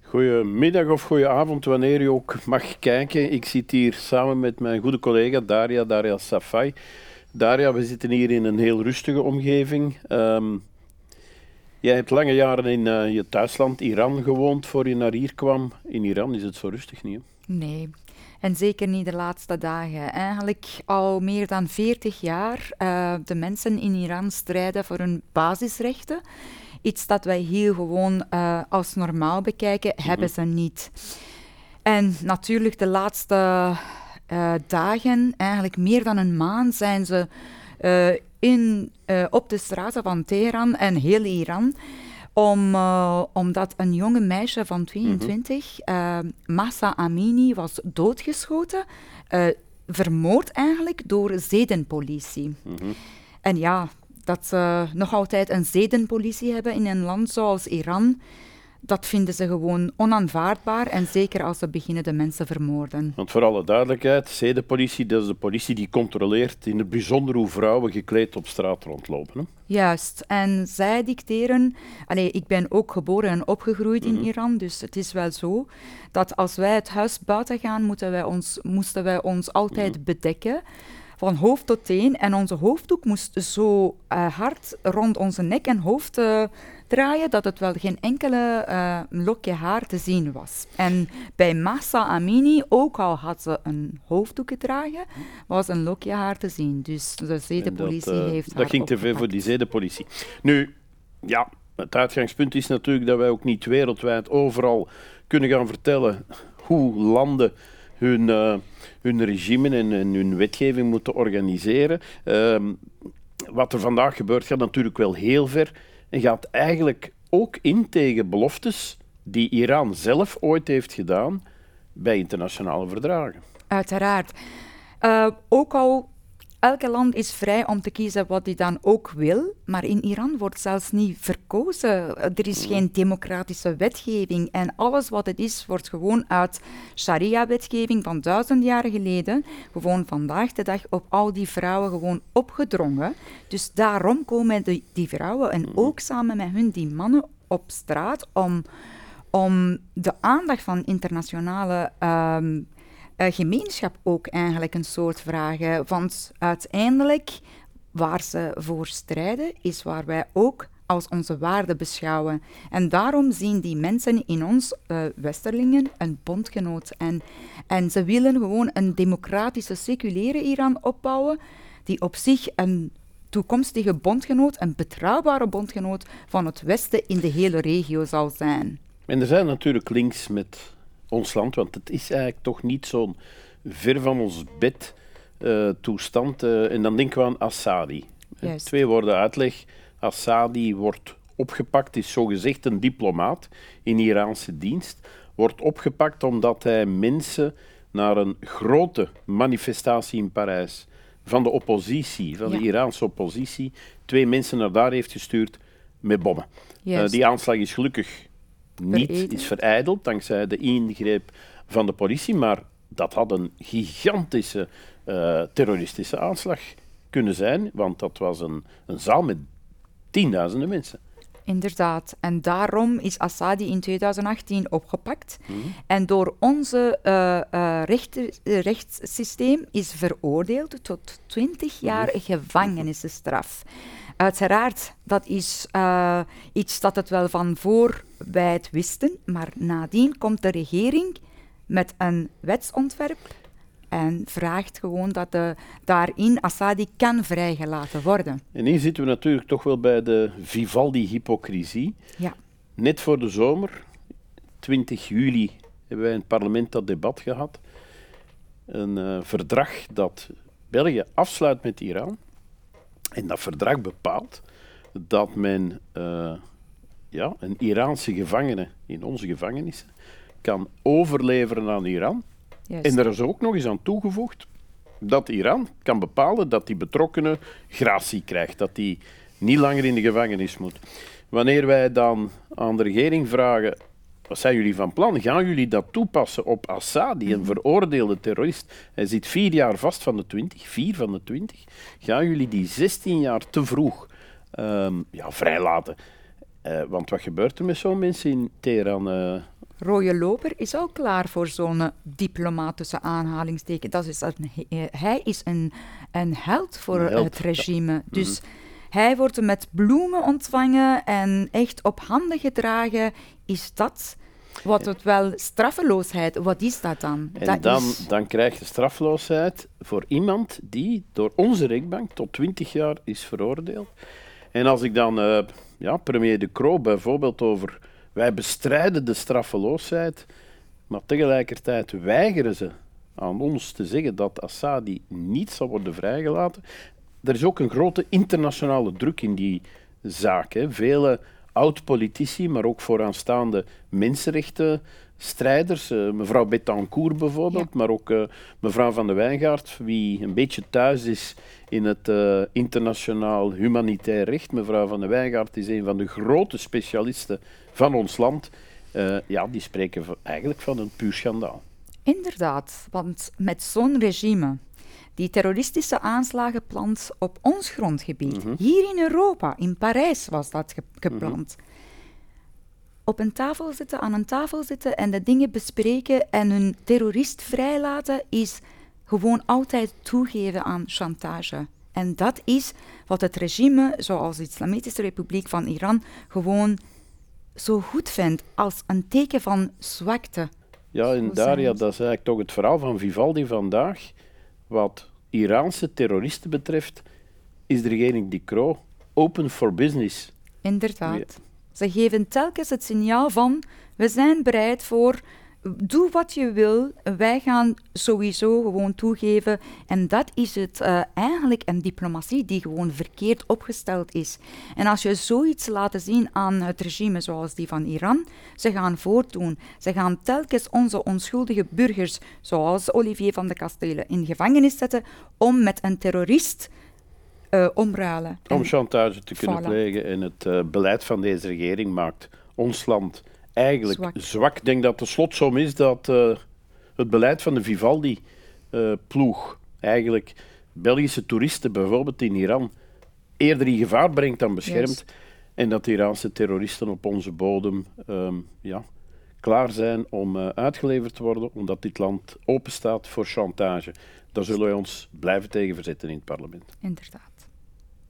Goedemiddag of goedenavond, wanneer je ook mag kijken. Ik zit hier samen met mijn goede collega Daria Safai. Daria, we zitten hier in een heel rustige omgeving. Jij hebt lange jaren in je thuisland Iran gewoond voor je naar hier kwam. In Iran is het zo rustig niet, hè? Nee, en zeker niet de laatste dagen. Eigenlijk al meer dan 40 jaar. De mensen in Iran strijden voor hun basisrechten. Iets dat wij hier gewoon als normaal bekijken, hebben ze niet. En natuurlijk de laatste dagen, eigenlijk meer dan een maand, zijn ze op de straten van Teheran en heel Iran. Omdat een jonge meisje van 22, Mahsa Amini, was doodgeschoten, vermoord eigenlijk door zedenpolitie. En ja, dat ze nog altijd een zedenpolitie hebben in een land zoals Iran, dat vinden ze gewoon onaanvaardbaar en zeker als ze beginnen de mensen vermoorden. Want voor alle duidelijkheid, zedenpolitie, dat is de politie die controleert in het bijzonder hoe vrouwen gekleed op straat rondlopen, hè? Juist, en zij dicteren... ik ben ook geboren en opgegroeid in Iran, dus het is wel zo dat als wij het huis buiten gaan, moesten wij ons altijd bedekken, van hoofd tot teen. En onze hoofddoek moest zo hard rond onze nek en hoofd draaien, dat het wel geen enkele lokje haar te zien was. En bij Mahsa Amini, ook al had ze een hoofddoek gedragen, was een lokje haar te zien. Dus de zedenpolitie heeft haar dat ging te ver opgepakt. voor die zedenpolitie. Nu, ja, het uitgangspunt is natuurlijk dat wij ook niet wereldwijd overal kunnen gaan vertellen hoe landen hun regime en hun wetgeving moeten organiseren. Wat er vandaag gebeurt gaat natuurlijk wel heel ver en gaat eigenlijk ook in tegen beloftes die Iran zelf ooit heeft gedaan bij internationale verdragen. Uiteraard. Ook al, elke land is vrij om te kiezen wat hij dan ook wil, maar in Iran wordt zelfs niet verkozen. Er is geen democratische wetgeving en alles wat het is, wordt gewoon uit sharia-wetgeving van 1000 jaar geleden, gewoon vandaag de dag op al die vrouwen gewoon opgedrongen. Dus daarom komen die vrouwen en ook samen met hun die mannen op straat om de aandacht van internationale gemeenschap ook eigenlijk een soort vragen. Want uiteindelijk, waar ze voor strijden, is waar wij ook als onze waarden beschouwen. En daarom zien die mensen in ons, Westerlingen, een bondgenoot. En ze willen gewoon een democratische, seculiere Iran opbouwen, die op zich een toekomstige bondgenoot, een betrouwbare bondgenoot van het Westen in de hele regio zal zijn. En er zijn natuurlijk links met ons land, want het is eigenlijk toch niet zo'n ver van ons bed toestand. En dan denken we aan Assadi. Juist. 2 woorden uitleg. Assadi wordt opgepakt, is zogezegd een diplomaat in Iraanse dienst. Wordt opgepakt omdat hij mensen naar een grote manifestatie in Parijs van de oppositie, van de Iraanse oppositie, 2 mensen naar daar heeft gestuurd met bommen. Die aanslag is gelukkig is verijdeld dankzij de ingreep van de politie, maar dat had een gigantische terroristische aanslag kunnen zijn, want dat was een zaal met tienduizenden mensen. Inderdaad. En daarom is Assadi in 2018 opgepakt. En door onze rechtssysteem is veroordeeld tot 20 jaar gevangenisstraf. Uiteraard, dat is iets dat het wel van voor wij het wisten, maar nadien komt de regering met een wetsontwerp en vraagt gewoon dat daarin Assadi kan vrijgelaten worden. En hier zitten we natuurlijk toch wel bij de Vivaldi-hypocrisie. Ja. Net voor de zomer, 20 juli, hebben wij in het parlement dat debat gehad. Een verdrag dat België afsluit met Iran. En dat verdrag bepaalt dat men een Iraanse gevangene in onze gevangenissen kan overleveren aan Iran. Juist. En er is ook nog eens aan toegevoegd dat Iran kan bepalen dat die betrokkenen gratie krijgt, dat die niet langer in de gevangenis moet. Wanneer wij dan aan de regering vragen, wat zijn jullie van plan? Gaan jullie dat toepassen op Assadi, een veroordeelde terrorist? Hij zit 4 jaar vast van de 20, 4 van de 20. Gaan jullie die 16 jaar te vroeg vrijlaten? Want wat gebeurt er met zo'n mensen in Teheran? rode loper is ook klaar voor zo'n diplomaat tussen aanhalingstekens. Hij is een held voor het regime. Dus hij wordt met bloemen ontvangen en echt op handen gedragen. Is dat wat het wel straffeloosheid? Wat is dat dan? En dan krijg je straffeloosheid voor iemand die door onze rechtbank tot 20 jaar is veroordeeld. En als ik dan premier De Croo bijvoorbeeld over... Wij bestrijden de straffeloosheid, maar tegelijkertijd weigeren ze aan ons te zeggen dat Assadi niet zal worden vrijgelaten. Er is ook een grote internationale druk in die zaak. Hè. Vele oud-politici, maar ook vooraanstaande mensenrechtenstrijders, mevrouw Bettencourt bijvoorbeeld, maar ook mevrouw Van de Wijngaard, wie een beetje thuis is in het internationaal humanitair recht. Mevrouw Van de Wijngaard is een van de grote specialisten van ons land. Die spreken eigenlijk van een puur schandaal. Inderdaad, want met zo'n regime die terroristische aanslagen plant op ons grondgebied, hier in Europa, in Parijs was dat gepland. Aan een tafel zitten en de dingen bespreken en een terrorist vrijlaten is gewoon altijd toegeven aan chantage. En dat is wat het regime, zoals de Islamitische Republiek van Iran, gewoon zo goed vindt als een teken van zwakte. Ja, en Daria, dat is eigenlijk toch het verhaal van Vivaldi vandaag. Wat Iraanse terroristen betreft, is de regering De Croo open for business. Inderdaad. Ze geven telkens het signaal van, we zijn bereid voor, doe wat je wil, wij gaan sowieso gewoon toegeven. En dat is het eigenlijk een diplomatie die gewoon verkeerd opgesteld is. En als je zoiets laat zien aan het regime zoals die van Iran, ze gaan voortdoen. Ze gaan telkens onze onschuldige burgers, zoals Olivier van de Kastelen, in gevangenis zetten om met een terrorist omruilen. Om chantage te kunnen plegen. En het beleid van deze regering maakt ons land eigenlijk zwak. Ik denk dat de slotsom is dat het beleid van de Vivaldi-ploeg eigenlijk Belgische toeristen, bijvoorbeeld in Iran, eerder in gevaar brengt dan beschermt. En dat de Iraanse terroristen op onze bodem klaar zijn om uitgeleverd te worden, omdat dit land openstaat voor chantage. Daar zullen wij ons blijven tegen verzetten in het parlement. Inderdaad.